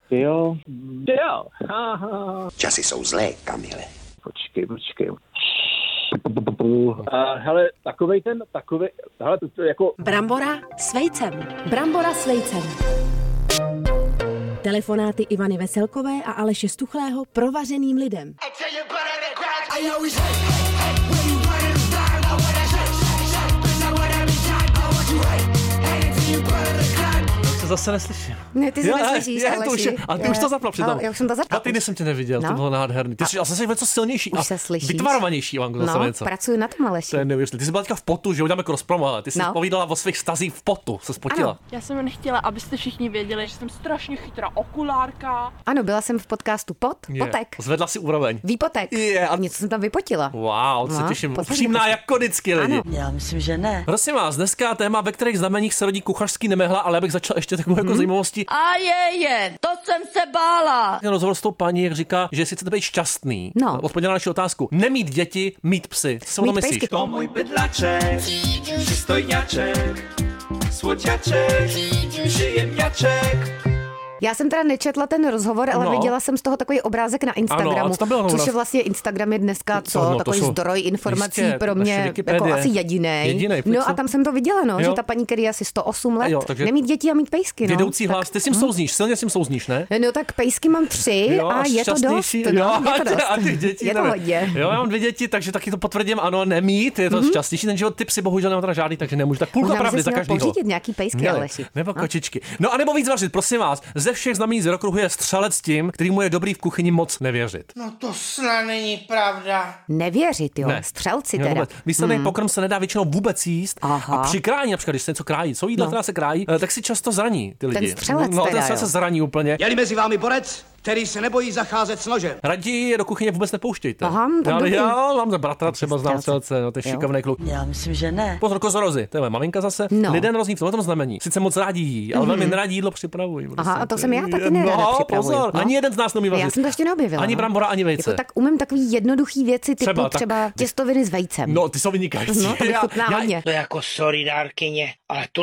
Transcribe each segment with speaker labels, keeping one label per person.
Speaker 1: Jo.
Speaker 2: Časy jsou zlé, Kamile.
Speaker 1: Počkej. Hele, hele, to jako...
Speaker 3: Brambora s vejcem. Telefonáty Ivany Veselkové a Aleše Stuchlého provařeným lidem.
Speaker 4: Zase neslyším.
Speaker 5: Ne, ty se neslyšíš, Aleši.
Speaker 4: Ale ty už to zapla přitom.
Speaker 5: Já už jsem to zapla.
Speaker 4: A ty jsem tě neviděl, to bylo nádherný. Ty jsi asi něco silnější
Speaker 5: už se slyšíš.
Speaker 4: Vytvarovanější, Ivanko, zase něco.
Speaker 5: Pracuji na tom, Aleši.
Speaker 4: To je neuvěřitelné. Ty jsi byla teďka v potu, že uděláme cross-promo, ale ty jsi povídala o svých stazích v potu, se spotila.
Speaker 6: Ano. Já jsem nechtěla, abyste všichni věděli, že jsem strašně chytrá okulárka.
Speaker 5: Ano, byla jsem v podcastu Potek.
Speaker 4: Zvedla si úroveň.
Speaker 5: Výpotek. A něco jsem tam vypotila.
Speaker 4: Wow, se těším. Upřímná jako vždycky lidi.
Speaker 5: Ano.
Speaker 7: Já myslím, že ne.
Speaker 4: Prosím vás, dneska téma, ve kterých znameních se rodí kuchařský nemehla, ale abych začal ještě takovou jako zajímavosti.
Speaker 7: A je, to jsem se bála.
Speaker 4: Ten rozhovor s tou paní, jak říká, že si chcete být šťastný.
Speaker 5: No.
Speaker 4: Odpověděla na naši otázku. Nemít děti, mít psy. Co si myslíš?
Speaker 8: To můj bydlaček, přistojňaček, słodziaček, žije mňaček.
Speaker 5: Já jsem teda nečetla ten rozhovor, ale viděla jsem z toho takový obrázek na Instagramu, což je vlastně Instagram je dneska takový zdroj informací pro mě jako asi jedinej. No a tam jsem to viděla, že ta paní, který je asi 108 let, nemít děti a mít pejsky.
Speaker 4: Vědoucí hlas, ty s tím souzníš, silně s tím souzníš, ne?
Speaker 5: No tak pejsky mám 3 a je to dost.
Speaker 4: A těch dětí
Speaker 5: je to hodně.
Speaker 4: Jo, já mám 2 děti, takže taky to potvrdím, ano, nemít, je to šťastnější ten život, ty psy bohužel nemám teda žádný, takže nemůžu. Tak půlka pravdy za každýho.
Speaker 5: Pořídit nějaký pejsky, Aleši.
Speaker 4: Nebo kočičky. No a nebo víc vařit, prosím vás. Ze všech znamení z okruhu je střelec tím, který mu je dobrý v kuchyni moc nevěřit.
Speaker 9: No to snad není pravda.
Speaker 5: Nevěřit, jo, ne. Střelci teda.
Speaker 4: Výsledný pokrm se nedá většinou vůbec jíst. Aha. A při krání, například, když se něco krájí, co jídlo, která se krájí, tak si často zraní ty lidi.
Speaker 5: Ten střelec
Speaker 4: ten střelec se zraní úplně.
Speaker 2: Je-li mezi vámi borec, který se nebojí zacházet s nožem.
Speaker 4: Raději je do kuchyně vůbec nepouštějte.
Speaker 5: Aha,
Speaker 4: ale já mám za bratra třeba znám střelce, no to je šikovný kluk.
Speaker 7: Já myslím, že ne.
Speaker 4: Pozor, kozorozy, to je moje maminka zase. Lidé nerozní v tomto znamení. Sice moc rádi jí, ale velmi nerádi jídlo připravují.
Speaker 5: Aha, a to jsem já taky nerada připravuji.
Speaker 4: Pozor, ani jeden z nás neumí vařit.
Speaker 5: Já jsem to ještě neobjevila.
Speaker 4: Ani brambora, ani vejce.
Speaker 5: Jako tak umím takový jednoduchý věci typu třeba těstoviny s vejcem.
Speaker 4: No, ty jsou vynikající.
Speaker 5: No, to chutná hodně.
Speaker 9: To jako sorry dárkyně, ale to...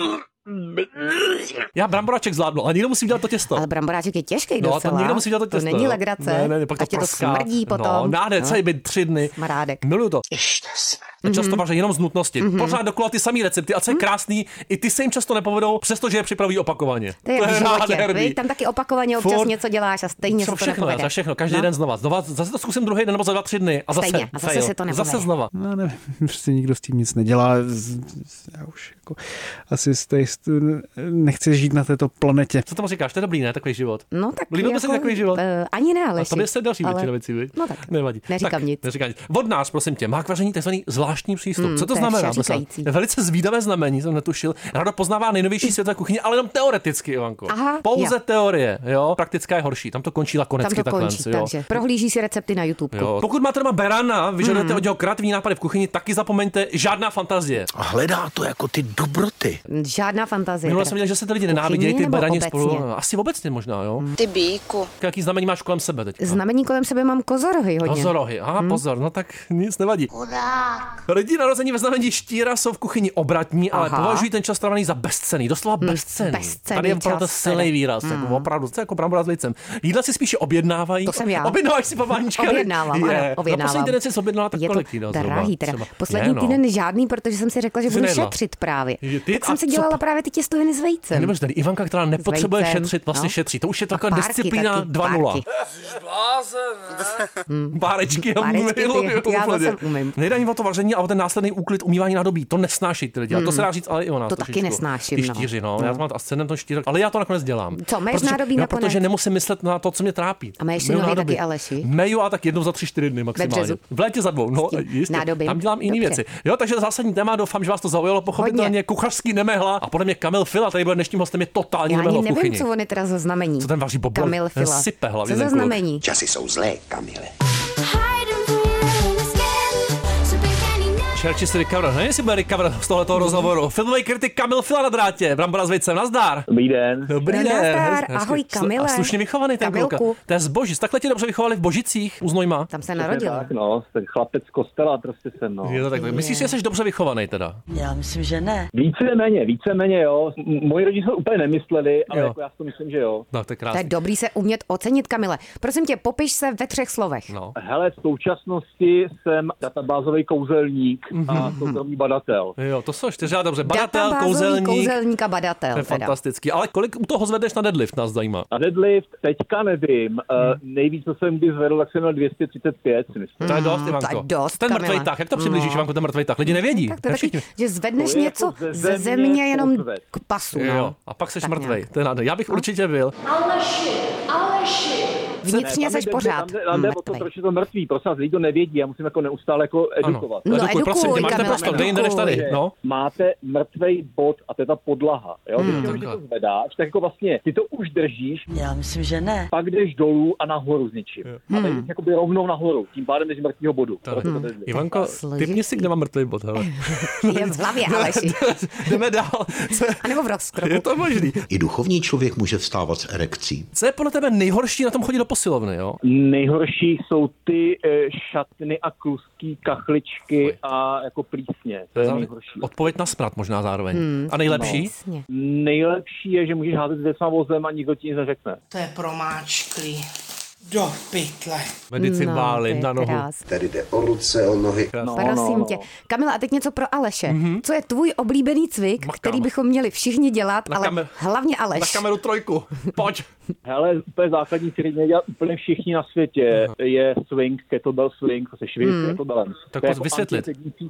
Speaker 4: Já bramboráček zvládnu, ale někdo musí dělat to těsto.
Speaker 5: Ale bramboráček je těžký docela.
Speaker 4: No, a někdo musí dělat to těsto.
Speaker 5: To není legrace.
Speaker 4: Ne, pak
Speaker 5: to smrdí potom.
Speaker 4: No, celý byt 3 dny.
Speaker 5: Smrádek.
Speaker 4: Miluju to. A často vaří jenom z nutnosti. Pořád dokola ty samý recepty a co je krásný, i ty se jim často nepovedou, přestože je připravují opakovaně.
Speaker 5: To je v životě. Tam taky opakovaně občas něco děláš a stejně se to nepovede.
Speaker 4: Za všechno, každý den znova. Zase to zkusím druhý den nebo za 2-3 dny a zase.
Speaker 5: Stejně, a zase se to nepovede.
Speaker 4: Zase znova.
Speaker 10: No, nevím, prostě nikdo s tím nic nedělá. Já už jako asi nechci žít na této planetě.
Speaker 4: Co tomu říkáš? To je dobrý, ne? Takový život.
Speaker 5: No tak.
Speaker 4: Líbil by se takový život?
Speaker 5: Ani ne, ale.
Speaker 4: A tobě se další většina věcí, viď?
Speaker 5: No tak.
Speaker 4: Nevadí.
Speaker 5: Neříkám nic.
Speaker 4: Vodnář, prosím tě, má k vaření takzvaný zvláštní přístup. Co to znamená?
Speaker 5: Je
Speaker 4: velice zvídavé znamení, jsem netušil. Ráda poznává nejnovější světové kuchyně, ale jenom teoreticky, Ivanko.
Speaker 5: Aha,
Speaker 4: pouze teorie, jo. Praktická je horší. Tam to končí lakonicky takhle, jo.
Speaker 5: Takže prohlíží si recepty na YouTube.
Speaker 4: Pokud máte doma berana, vyžadujete od něho kreativní nápady v kuchyni, taky zapomeňte, žádná fantazie.
Speaker 2: A hledá to jako ty dobroty.
Speaker 5: Žádná fantazie.
Speaker 4: Minule jsem viděl, že se ty lidi nenávidějí, ty berani spolu. Asi obecně možná, jo.
Speaker 7: Ty bíku.
Speaker 4: Jaký znamení máš kolem sebe teď?
Speaker 5: Znamení kolem sebe mám kozorohy hodně.
Speaker 4: Kozorohy, pozor, no tak nic nevadí. Lidi narození ve znamení štíra jsou v kuchyni obratní, ale považují ten čas strávení za bezcenný, doslova bezcenný. Tady je opravdu silný výraz, jako opravdu, to je jako brambora s vejcem. Jídla si spíše objednávají.
Speaker 5: To jsem já.
Speaker 4: Objednáváš si paváníčka.
Speaker 5: Objednávám.
Speaker 4: No, poslední týden si objednala tak kolik jídel?
Speaker 5: Drahý teda. Poslední týden žádný, protože jsem si řekla, že budu šetřit právě. Tak jsem si dělala právě ty těstoviny s vejcem.
Speaker 4: Nebo tady Ivanka, která nepotřebuje šetřit, vlastně šetří. To už je taková disciplína 2.0. Párečky,
Speaker 5: já zase umím.
Speaker 4: Nejde ani o to vaření, ale o ten následný úklid, umývání nádobí. To nesnáší ty lidi. A to se dá říct, ale i ona.
Speaker 5: To taky nesnáším.
Speaker 4: Ty štíři, no. Já mám ascendent štířek, ale já to nakonec dělám.
Speaker 5: Co, meješ nádobí nakonec?
Speaker 4: Protože nemusím myslet na to, co mě trápí.
Speaker 5: A meješ si nohy taky, Aleši?
Speaker 4: Meju a tak jednou za 3-4 dny maximálně. V létě za 2. No, jistě. Tam dělám jiné věci. Jo, takže zásadní téma, doufám, že vás to zaujalo. Pochopitelně kuchařský nemehla a podle mě Kamil Fila, tady bude dnešním hostem, je totální nemehla v kuchyni.
Speaker 5: Já nevím, co on je teda za znamení.
Speaker 4: Co ten vaří bobor?
Speaker 5: Kamil Fila.
Speaker 4: Sype hlavně.
Speaker 5: Co za znamení?
Speaker 2: Časy jsou zlé, Kamile.
Speaker 4: Čerči si recover. Nevím, jestli bude recover z tohoto rozhovoru. Filmový kritik Kamil Fila na drátě. Brambora s vejcem, nazdar.
Speaker 1: Dobrý den.
Speaker 4: Dobrý den.
Speaker 5: Nazdar. Ahoj Kamile.
Speaker 4: A slušně vychovaný ten kluka. To je zboží. Takhle tě dobře vychovali v Božicích u Znojma.
Speaker 5: Tam se narodil.
Speaker 1: Tak, no, ten chlapec z kostela prostě jsem, no.
Speaker 4: Je to takhle. Myslíš si, že jsi dobře vychovaný teda?
Speaker 7: Já myslím, že ne.
Speaker 1: Víceméně, jo. Moji rodiče úplně nemysleli, ale jako já si to myslím, že jo.
Speaker 4: No, to je krásný.
Speaker 5: To je dobrý se umět ocenit, Kamile. Prosím tě, popiš se ve 3 slovech.
Speaker 4: No.
Speaker 1: Hele, v současnosti jsem databázový kouzelník a soukromý badatel.
Speaker 4: Jo, to jsou 4 dobře. Badatel,
Speaker 5: kouzelník a badatel.
Speaker 4: To je fantastický. Ale kolik u toho zvedneš na deadlift, nás zajímá?
Speaker 1: Na deadlift teďka nevím. Nejvíc, co jsem kdy zvedl, tak jsem měl 235, si myslím.
Speaker 4: To je dost, Ivanko.
Speaker 5: To je dost,
Speaker 4: ten mrtvej tah, jak to přiblížíš, Ivanko, ten mrtvej tah? Lidi nevědí.
Speaker 5: Tak to je taky, že zvedneš něco jako ze země jenom k pasu.
Speaker 4: Jo, a pak seš mrtvej. To je nádherný. Já bych určitě byl.
Speaker 5: Aleši. Vnitřně seš pořád.
Speaker 1: Tam jde o to, proč je to mrtvý. Prosím vás, lidi to nevědí, já musím jako neustále jako edukovat.
Speaker 5: No,
Speaker 4: edukuj, prosím tě, máte prostor, kde jinde než tady. No.
Speaker 1: Máte mrtvej bod a to je ta podlaha. Jo? Když to zvedáš, tak jako vlastně ty to už držíš.
Speaker 7: Já myslím, že ne.
Speaker 1: Pak jdeš dolů a nahoru s něčím. A teď jakoby rovnou nahoru, tím pádem jdeš z mrtvýho bodu.
Speaker 4: Ivanko, typni si, kde mám mrtvý bod, hele.
Speaker 5: Je v hlavě, Aleši.
Speaker 4: Jdeme dál.
Speaker 5: A nebo v rozkroku.
Speaker 4: Je to možný.
Speaker 2: I duchovní člověk může vstávat s erekcí.
Speaker 4: Co je podle tebe nejhorší na tom chodit do posilovny, jo?
Speaker 1: Nejhorší jsou ty šatny a kluský kachličky a jako plísně. To je nejhorší.
Speaker 4: Odpověď na smrad možná zároveň. A nejlepší?
Speaker 5: No.
Speaker 1: Nejlepší je, že můžeš házet věcma vozem a nikdo ti nic neřekne.
Speaker 9: To je promáčklý. Do pytle.
Speaker 4: Medicinbály na nohu.
Speaker 2: Tady jde o ruce, o nohy.
Speaker 5: Prosím tě. Kamila, a teď něco pro Aleše. Co je tvůj oblíbený cvik, který bychom měli všichni dělat, ale hlavně Aleš?
Speaker 4: Na kameru 3. Pojď.
Speaker 1: Hele, úplně základní, který dělat úplně všichni na světě, je swing, kettlebell swing, to se švih kettlebellem.
Speaker 4: Tak
Speaker 1: to je jako
Speaker 4: vysvětlit.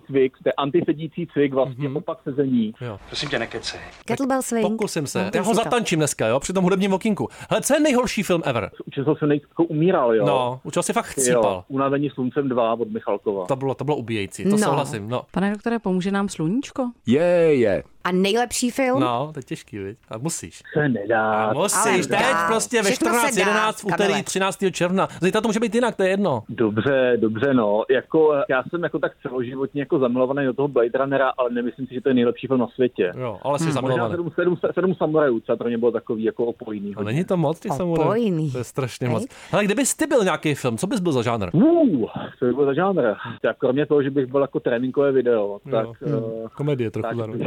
Speaker 1: Antisedící cvik, vlastně opak sezení.
Speaker 2: Prosím tě, nekecej.
Speaker 5: Kettlebell swing.
Speaker 4: Pokusím se. Já ho zatančím dneska, jo, při tom hudebním okýnku. Hele, co je nejhorší film ever?
Speaker 1: Učil jsem nejsko umíral, jo.
Speaker 4: No, učil si fakt chcípal.
Speaker 1: Unavení sluncem 2 od Michalkova.
Speaker 4: To bylo ubíjející, to souhlasím, no.
Speaker 11: Pane doktore, pomůže nám sluníčko?
Speaker 1: Je.
Speaker 5: A nejlepší film?
Speaker 4: No, to je těžký, viď? A musíš.
Speaker 1: Se nedá.
Speaker 4: Musíš, teď prostě ve 14:11 v úterý 13. června. Zítra to může být jinak, to je jedno.
Speaker 1: Dobře, no. Jako, já jsem jako tak celoživotně jako zamilovaný do toho Blade Runnera, ale nemyslím si, že to je nejlepší film na světě.
Speaker 4: Jo, ale jsi zamilovaný.
Speaker 1: Možná 7 samurajů, co pro ně bylo takový jako opojný.
Speaker 4: No, není to moc, ty samurajů. To je strašně moc. Hele, kdybys ty byl nějaký film, co bys byl za žánr?
Speaker 1: Co by byl za žánr? Tak kromě toho, že bych byl jako tréninkové video, tak...
Speaker 4: Komedie trochu zároveň.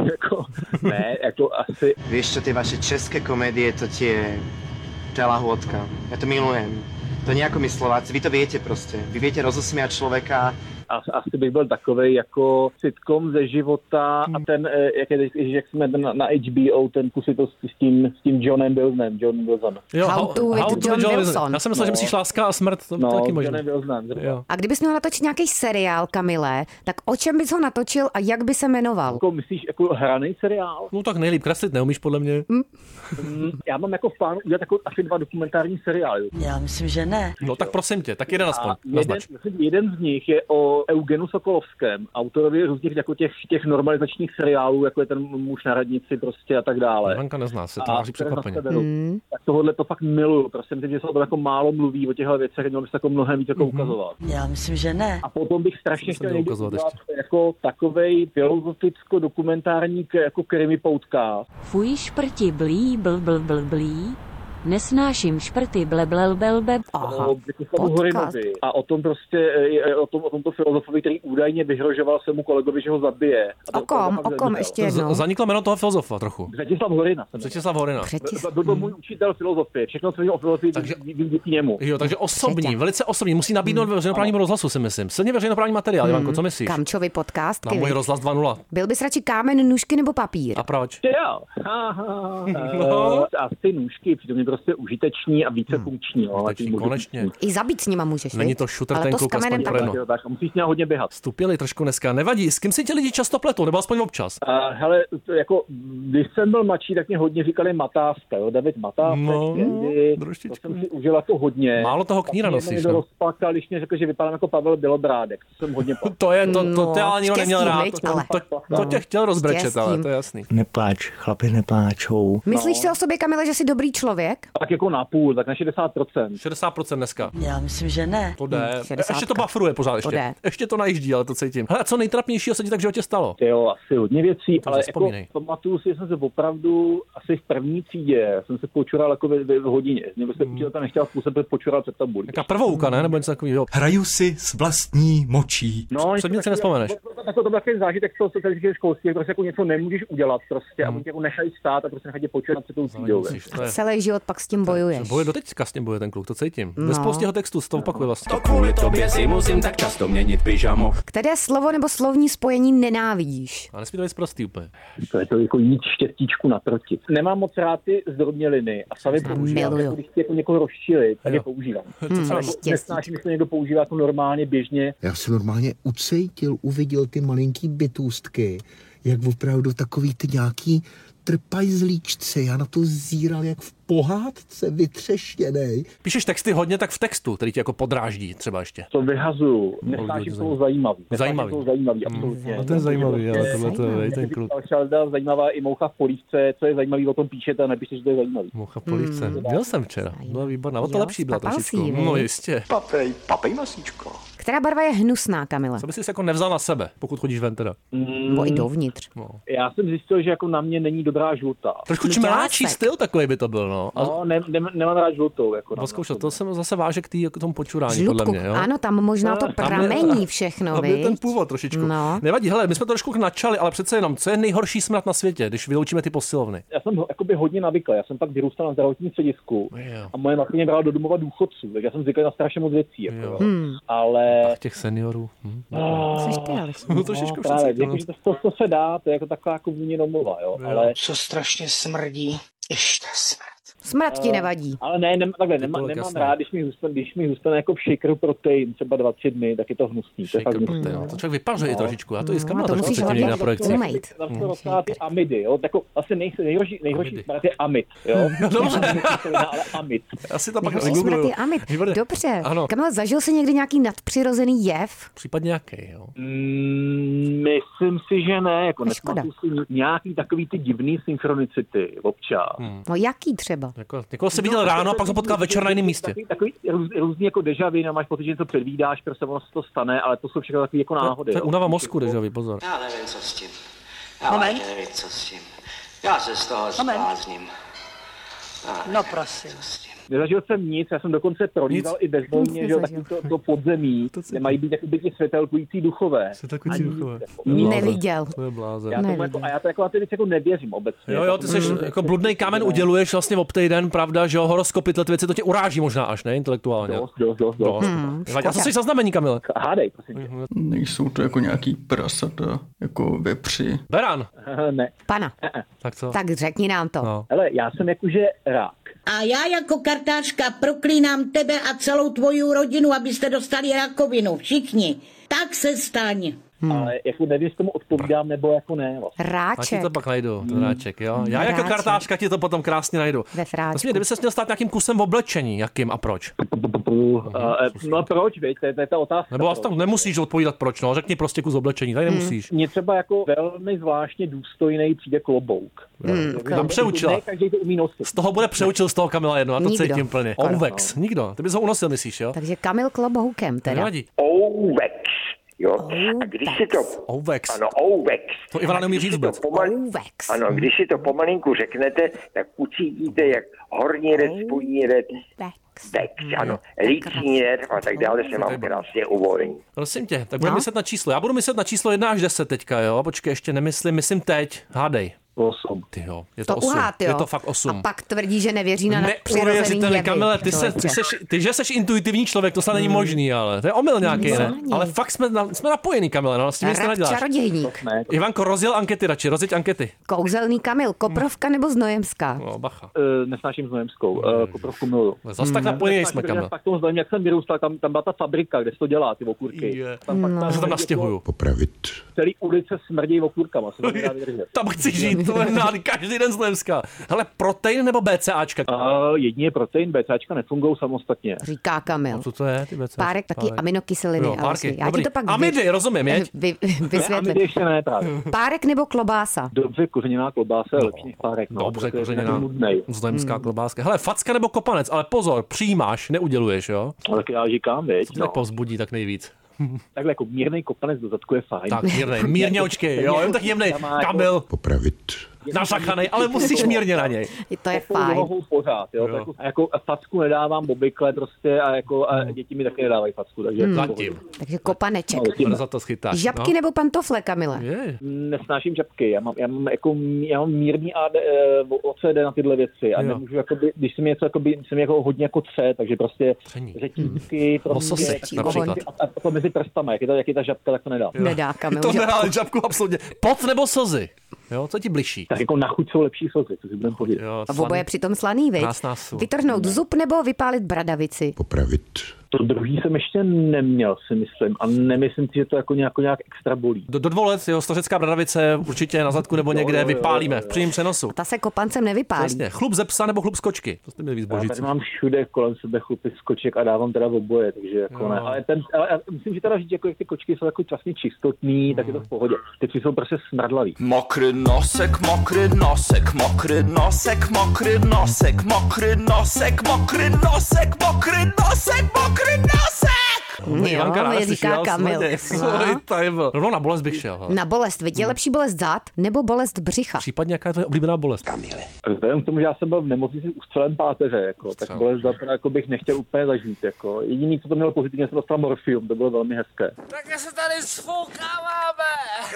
Speaker 1: Ne, jako asi...
Speaker 12: Vieš čo, tie vaše české komédie, to tie lahôdka. Ja to milujem. To nie ako my Slováci, vy to viete proste. Vy viete rozosmiať človeka.
Speaker 1: Asi bych byl takovej jako sitcom ze života a ten, jak jsme na HBO, ten kusitost s tím Johnem Wilsonem. John Wilson.
Speaker 4: Jo,
Speaker 5: How to with John Wilson.
Speaker 4: Já jsem myslel, že myslíš Láska a smrt, to taky možná.
Speaker 5: A kdybys měl natočit nějaký seriál, Kamile, tak o čem bys ho natočil a jak by se jmenoval?
Speaker 1: Jako myslíš jako hraný seriál?
Speaker 4: No tak nejlíp kreslit neumíš podle mě.
Speaker 1: Já mám jako v plánu udělat jako asi 2 dokumentární seriály.
Speaker 7: Já myslím, že ne.
Speaker 4: No tak prosím tě, tak jeden aspoň.
Speaker 1: Jeden z nich je o Eugenu Sokolovském, autorovi různých jako těch normalizačních seriálů, jako je ten Muž na radnici prostě a tak dále.
Speaker 4: Ivanka nezná, se to máří překvapeně.
Speaker 1: Tak tohle to fakt miluju, prostě myslím, že se o tom jako málo mluví o těchto věcech, mělo by se jako mnohem víc jako ukazovat.
Speaker 7: Já myslím, že ne.
Speaker 1: A potom bych strašně chtěl někdy udělat jako takovej filozoficko-dokumentární jako krimi poutka.
Speaker 13: Fuj šprti blí, blí. Nesnáším šprty, bleblelbelbe.
Speaker 1: A o tom prostě, o tomto filozofovi, který údajně vyhrožoval svému kolegovi, že ho zabije.
Speaker 5: O kom ještě jednou.
Speaker 4: Zaniklo jméno toho filozofa trochu.
Speaker 1: Břetislav Horina. Byl můj učitel filozofie. Všechno, co o filozofii, vím díky němu.
Speaker 4: Jo, takže osobní, velice osobní. Musí nabídnout veřejnoprávnímu rozhlasu, si myslím. Silně veřejnoprávní materiál, Ivanko, co myslíš?
Speaker 5: Kamčovi podcast.
Speaker 4: Na můj rozhlas 2.0.
Speaker 5: Byl bys radši kámen, nůžky nebo papír?
Speaker 4: A proč?
Speaker 1: Jo. Asi nůžky, přitom je prostě užiteční a více funkční.
Speaker 4: Konečně.
Speaker 5: I zabít s nima můžeš.
Speaker 4: Není to šuter ten kluk aspoň pro
Speaker 1: tak musíš nějak hodně běhat.
Speaker 4: Vstupili trošku dneska. Nevadí, s kým si ti lidi často pletou, nebo aspoň občas?
Speaker 1: Hele, jako, když jsem byl mladší, tak mě hodně říkali Matávka, jo, David Matávek, to jsem si užil jako hodně.
Speaker 4: Málo toho kníra nosíš.
Speaker 1: A rozpakal, když mě řekl, že vypadám jako Pavel Bělobrádek, to jsem hodně
Speaker 4: to ale nikdo neměl rád. To tě chtěl rozbrečet, ale to je jasný.
Speaker 10: Nepláč, chlapi nepláčou.
Speaker 5: Myslíš si o sobě, Kamile, že jsi dobrý člověk? Vašek?
Speaker 1: Tak jako na půl, tak na 60%.
Speaker 4: 60% dneska.
Speaker 7: Já myslím, že ne.
Speaker 4: To jde. Ještě to bufferuje pořád ještě. Ještě to najíždí, ale to cítím. Hele, a co nejtrapnějšího se ti tak v životě stalo?
Speaker 1: Jo, asi hodně věcí, ale jako pamatuju si, že jsem se opravdu asi v první třídě jsem se počural jako v hodině. Nebo se učitelka nechtěla způsobit počural před tabulí.
Speaker 4: Jaká prvouka, ne? Nebo něco takového.
Speaker 14: Hraju si s vlastní močí.
Speaker 1: No,
Speaker 4: předmět si nespomeneš.
Speaker 1: To byl takový zážitek z toho socialistického školství, že prostě jako něco nemůžeš udělat prostě a oni tě jako nechají stát a prostě nechají tě počurat před tou třídou.
Speaker 5: Celý život pak s tím bojuješ.
Speaker 4: Boje doteďka s tím boje ten kluk, to cítím. Ve spoustě jeho textů to opakuje vlastně.
Speaker 8: To kvůli tobě si musím tak často měnit pyžamo.
Speaker 5: Které slovo nebo slovní spojení nenávidíš?
Speaker 4: A nesmí to být prostý úplně.
Speaker 1: To je to jako jít štěstíčku naproti. Nemám moc rád ty zdrobněliny a sami používám, jako když chci jako někoho rozčilit, tak je používám. Nesnáším, když to někdo používá jako normálně, běžně.
Speaker 2: Já jsem normálně ucejtil, uviděl ty malinký bytůstky, jak opravdu takový ty nějaký trpajzlíčci. Já na to zíral jak v pohádce, vytřeštěnej.
Speaker 4: Píšeš texty hodně, tak v textu, který tě jako podráždí třeba ještě.
Speaker 1: To vyhazuju. Nesnáším slovo zajímavý.
Speaker 4: Zajímavý,
Speaker 1: absolutně.
Speaker 4: No to je zajímavý, ale tohle to je ten kluk.
Speaker 1: Zajímavá i moucha v polívce, co je zajímavý, o tom píšete a nepíšte, že to je zajímavý.
Speaker 4: Moucha v polívce. Byl jsem včera. Byla výborná. O to lepší byla trošičku. No jistě.
Speaker 2: Papej masíčko.
Speaker 5: Která barva je hnusná, Kamile?
Speaker 4: Co bys si jako nevzal na sebe, pokud chodíš ven teda?
Speaker 5: Nebo i dovnitř.
Speaker 4: No.
Speaker 1: Já jsem zjistil, že jako na mě není dobrá žlutá.
Speaker 4: Trošku čmeláčí styl takový by to byl, no.
Speaker 1: No, nemám rád žlutou. Jako
Speaker 4: zkoušel, to jsem zase váže k tomu počurání, podle mě, jo.
Speaker 5: Ano, tam možná to pramení všechno,
Speaker 4: viď? Tam je ten původ trošičku. No. Nevadí, hele, my jsme to trošku načali, ale přece jenom, co je nejhorší smrad na světě, když vyloučíme ty posilovny?
Speaker 1: Já jsem jakoby hodně navykl, já jsem pak vyrůstal na zdravotním středisku a moje matka mě brala do domova důchodců, takže já jsem zvyklý na strašně moc věcí, jako, ale
Speaker 4: těch seniorů.
Speaker 1: Trošičku právě, to se dá, to je jako taková jako vůně domova, jo, ale
Speaker 9: co strašně smrdí, ještě smrt.
Speaker 5: Smrad ti nevadí.
Speaker 1: Ale nemám rád, když mi zůstane jako v shakeru protein třeba 2-3 dny, tak je to hnusný. To je fakt hnusný.
Speaker 4: To člověk vypařuje trošičku. Já to i zkoumal,
Speaker 5: to musíš hlavně umýt.
Speaker 1: Tam ty amidy, jo. Tako asi nejhorší smrad je amid, jo. Ale amid.
Speaker 4: Asi to pak
Speaker 5: smrad je amid. Dobře. Kamil, zažil jsi někdy nějaký nadpřirozený jev?
Speaker 4: Případně nějaký, jo.
Speaker 1: Myslím si, že ne. Jako nespamatuju si nějaký takový ty divný synchronicity občas.
Speaker 5: No jaký třeba?
Speaker 4: Jako se viděl ráno a pak se potkal večer na jiném místě.
Speaker 1: Takový různý jako deja vu, máš pocit, že to předvídáš, prostě ono se to stane, ale to jsou všechno takový jako náhody.
Speaker 4: To je únava mozku deja vu, pozor.
Speaker 15: Já nevím, co s tím. Já nevím, co s tím. Já se z toho zblázním.
Speaker 7: No prosím.
Speaker 1: Nezažil jsem nic, já jsem dokonce prolíval i bezvolně, že taky to podzemí, kde mají být jakoby ti světelkující duchové.
Speaker 4: Světelkující duchové.
Speaker 5: Neviděl.
Speaker 4: To je blázen.
Speaker 1: A já to jako na ty věci jako nevěřím obecně.
Speaker 4: Jo, ty jsi jako bludnej kámen uděluješ vlastně ob týden, pravda, že jo, horoskopy, tyhle věci, to tě uráží možná až, ne, intelektuálně.
Speaker 1: Dost.
Speaker 4: A co jsi za znamení, Kamile?
Speaker 1: Hádej, prosím.
Speaker 14: Nejsou to jako nějaký prasata, jako vepři.
Speaker 4: Beran.
Speaker 1: Ne.
Speaker 5: Pana.
Speaker 4: Tak co?
Speaker 5: Tak řekni nám to.
Speaker 4: No.
Speaker 1: Hele, já jsem jakože rák.
Speaker 16: A já jako kartářka proklínám tebe a celou tvoji rodinu, abyste dostali rakovinu. Všichni. Tak se staň.
Speaker 1: Ale jako nevím, jestli tomu odpovídám, nebo jako ne. Vlastně.
Speaker 5: Ráček.
Speaker 4: A ti to pak najdu, ráček, jo. Já jako kartářka ti to potom krásně najdu. Vlastně, kdyby ses měl stát nějakým kusem v oblečení, jakým a proč?
Speaker 1: No proč, viď? To je ta otázka.
Speaker 4: Nebo tam nemusíš odpovídat proč, no. Řekni prostě kus oblečení, tady nemusíš.
Speaker 1: Mně třeba jako velmi zvláštně důstojný přijde klobouk.
Speaker 4: Tam přeučila.
Speaker 1: Ne, každý to umí nosit.
Speaker 4: Z toho bude přeučil z toho Kamila jedno, a to cítím plně. Ouvex, nikdo. Ty bys ho unosil, myslíš, jo?
Speaker 5: Takže Kamil kloboukem teda.
Speaker 17: Ouvex. Jo. A když si to...
Speaker 4: Ouvex.
Speaker 17: Ano, Ouvex.
Speaker 4: To Ivana neumí říct vůbec.
Speaker 5: Ouvex.
Speaker 17: Ano, když si to pomalinku řeknete, tak ucítíte, jak horní red, spodní red, Vex, ano, líční red a tak dále se mám krásně uvolní.
Speaker 4: Prosím tě, tak budeme myslet na číslo. Já budu myslet na číslo 1 až 10 teďka, jo? Počkej, ještě myslím teď. Hádej.
Speaker 1: 8.
Speaker 4: Ty jo, je to 8.
Speaker 5: Uhát, jo.
Speaker 4: Je to fakt 8.
Speaker 5: A pak tvrdí, že nevěří na nadpřirozený jevy.
Speaker 4: Kamile, ty, že seš intuitivní člověk, to snad není možný, ale to je omyl nějaký, ne? Ale fakt jsme napojení, Kamile, no, s tím nic neděláš.
Speaker 5: Čarodějník.
Speaker 4: Ivanko, rozděl ankety radši, rozděť ankety.
Speaker 5: Kouzelný Kamil, Koprovka nebo Znojemská?
Speaker 4: No, bacha.
Speaker 1: Nesnáším Znojemskou, Koprovku miluju.
Speaker 4: Zas tak napojení jsme, Kamil.
Speaker 1: Tak tomu Znojemí, jak jsem vyrůstal, tam byla ta fabrika, kde se to dělá, ty okurky.
Speaker 4: Že tam nastěhuju.
Speaker 2: Popravit.
Speaker 1: Celý ulice smrdí okurkama.
Speaker 4: Tam chci žít. To je nádherný, každý den Znojemská. Hele, protein nebo BCAčka?
Speaker 1: Jedině protein, BCAčka nefungují samostatně.
Speaker 5: Říká Kamil.
Speaker 4: A co to je, ty BCAčka?
Speaker 5: Párek taky aminokyseliny.
Speaker 4: Jo, párky,
Speaker 5: já ti to pak
Speaker 4: amidy, rozumím, jeď?
Speaker 5: Vysvětlím.
Speaker 1: Amidy ještě ne, tak.
Speaker 5: Párek nebo klobása?
Speaker 1: Dobře, kořeněná klobása je lepší než párek.
Speaker 4: Dobře, kořeněná znojemská klobáska. Hele, facka nebo kopanec, ale pozor, přijímáš, neuděluješ, jo?
Speaker 1: Tak já říkám, viď?
Speaker 4: Co tě povzbudí tak nejvíc?
Speaker 1: Takhle jako mírnej kopanec do zadku je fajn.
Speaker 4: Tak mírně očkej, jo, jen tak jemnej. Kamil.
Speaker 2: Popravit.
Speaker 4: Našachanej, ale musíš mírně na něj.
Speaker 5: To je fajn.
Speaker 1: Pořád, jo. Jako facku nedávám obvykle prostě a děti mi taky nedávají facku, takže
Speaker 4: zatím.
Speaker 5: Takže kopaneček.
Speaker 4: Za to schytáš.
Speaker 5: Žabky nebo pantofle, Kamile?
Speaker 1: Nesnáším žabky. Já mám mírný OCD na tyhle věci a nemůžu jakoby, když se mi něco jakoby, se mi jako hodně jako tře, takže prostě řetízky, a to mezi prstama, jak je ta žabka, tak to nedá.
Speaker 5: Nedá, Kamil.
Speaker 4: To nedá žabku absolutně. Pot nebo slzy? Jo, co ti bližší?
Speaker 1: Tak jako na chuť jsou lepší slzy, to si budeme povědět.
Speaker 5: A oboje přitom slaný, viď? Vytrhnout zub nebo vypálit bradavici?
Speaker 2: Popravit.
Speaker 1: To druhý jsem ještě neměl, si myslím. A nemyslím si, že to jako nějak extra bolí.
Speaker 4: Do 2 let, jo, stařecká bradavice určitě na zadku nebo někde vypálíme v přímém přenosu.
Speaker 5: Ta se kopancem nevypálí.
Speaker 4: Jasně, chlup ze psa nebo chlup z kočky. To jste měli víc božící.
Speaker 1: Já tady mám všude kolem sebe chlupy z koček a dávám teda oboje, takže jako ne. Ale myslím, že teda říct, jako jak ty kočky jsou jako časně čistotný, tak je to v pohodě. Ty psy jsou prostě smradlavý.
Speaker 8: Mokrý nosek, mokrý nosek, mokrý nosek, mokrý nosek, mokrý nosek, mokrý nosek, mokrý nosek, mokrý nosek.
Speaker 5: Jo, říká Kamil.
Speaker 4: Rovnou na bolest bych šel.
Speaker 5: Na bolest, vidíte, lepší bolest zad nebo bolest břicha?
Speaker 4: Případně jaká je to oblíbená bolest?
Speaker 1: Kamile. Vzhledem k tomu, že já jsem byl v nemocnici s ústřelem páteře, jako, tak bolest zad jako bych nechtěl úplně zažít. Jako. Jediný, co to mělo pozitivně, jsem dostal morfium, to bylo velmi hezké.
Speaker 9: Tak se tady sfoukáváme.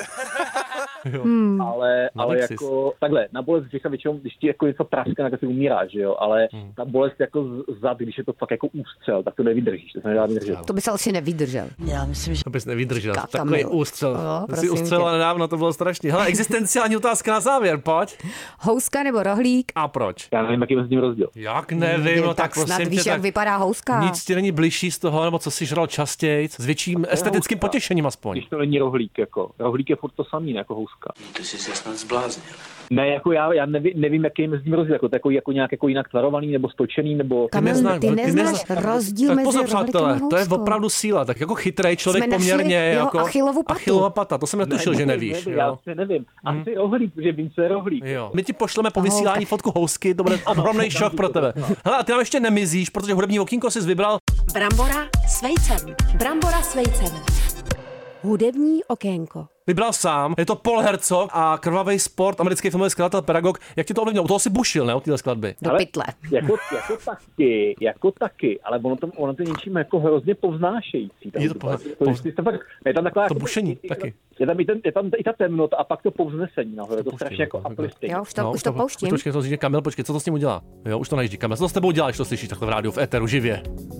Speaker 1: ale jako takhle, na bolest břicha většinou, když ti jako něco praskne, tak si umíráš, že jo, ale ta bolest jako zad, když je to fakt jako ústřel, tak to nevydržíš, to se nedá vydržet.
Speaker 5: To by se asi nevydržel.
Speaker 7: Já myslím, že...
Speaker 4: To bys nevydržel. Takový ústřel. To si ustřelila nedávno, to bylo strašný. Hele, existenciální otázka na závěr, pojď.
Speaker 5: Houska nebo rohlík?
Speaker 4: A proč?
Speaker 1: Já nevím, jaký mezi tím rozdíl.
Speaker 4: Jak nevím, no tak
Speaker 5: snad víš, jak vypadá houska.
Speaker 4: Nic ti není bližší z toho, nebo co si žral častěji, s větším estetickým potěšením aspoň.
Speaker 1: Když to není rohlík, jako. Rohlík je furt to samý, ne jako houska.
Speaker 15: Ty jsi se snad zbláznil.
Speaker 1: Ne, jako já nevím, jaký je mezi tím rozdíl, jako nějak jako jinak tvarovaný nebo stočený, nebo...
Speaker 5: Ty neznáš rozdíl mezi rohlíkem a houskou.
Speaker 4: To je opravdu síla, tak jako chytrej člověk poměrně jako Achillova pata, to jsem netušil, že nevíš.
Speaker 1: Já si nevím. Asi rohlík, že vím, co je rohlík.
Speaker 4: Jo. My ti pošleme po vysílání fotku housky, to bude ohromný šok pro tebe. Hele, a ty nám ještě nemizíš, protože hudební okýnko jsi vybral.
Speaker 3: Brambora s vejcem. Brambora s vejcem. Hudební okénko.
Speaker 4: Vybral sám, je to Paul Hertzog a Krvavý sport, americký filmový skladatel, pedagog. Jak ti to ovlivnilo? U toho si bušil, ne, od téhle skladby?
Speaker 5: Do pytle.
Speaker 1: Jako taky, ale ono to něčím jako hrozně povznášející. Je tam taková
Speaker 4: to bušení taky.
Speaker 1: Je tam i ta temnota a pak to povznesení nahoře, to strašně jako uplifting.
Speaker 5: Jo, už to pouštím.
Speaker 4: Počkej, to říká Kamil, počkej, co to s ním udělá? Jo, už to nejíždí Kamil, co to s tebou děláš, to slyšíš takhle v rádiu, v éteru, živě?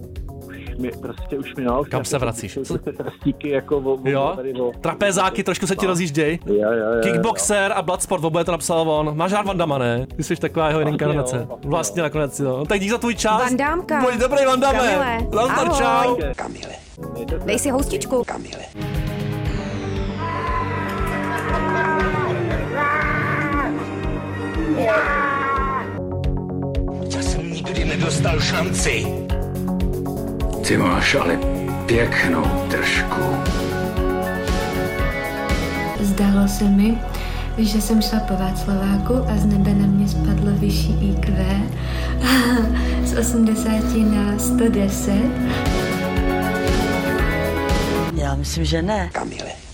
Speaker 1: Už mi naopak.
Speaker 4: Kam se vracíš?
Speaker 1: Trstíky jako
Speaker 4: trapézáky trošku se ti rozjížděj.
Speaker 1: Jo.
Speaker 4: Kickboxer a Bloodsport, oboje to napsal on. Máš rád Van Damma, ne? Ty jsi taková jeho inkarnace. Vlastně nakonec, jo. Tak dík za tvůj čas.
Speaker 5: Van Dámka.
Speaker 4: Buď dobrý, Van Damme. Nazdar, čau.
Speaker 15: Kamile.
Speaker 5: Dej si houstičku.
Speaker 15: Kamile.
Speaker 9: Já jsem nikdy nedostal šanci.
Speaker 8: Ty máš ale pěknou držku.
Speaker 18: Zdálo se mi, že jsem šla po Václaváku a z nebe na mě spadlo vyšší IQ z 80 na 110.
Speaker 7: Já myslím, že ne.
Speaker 15: Kamile.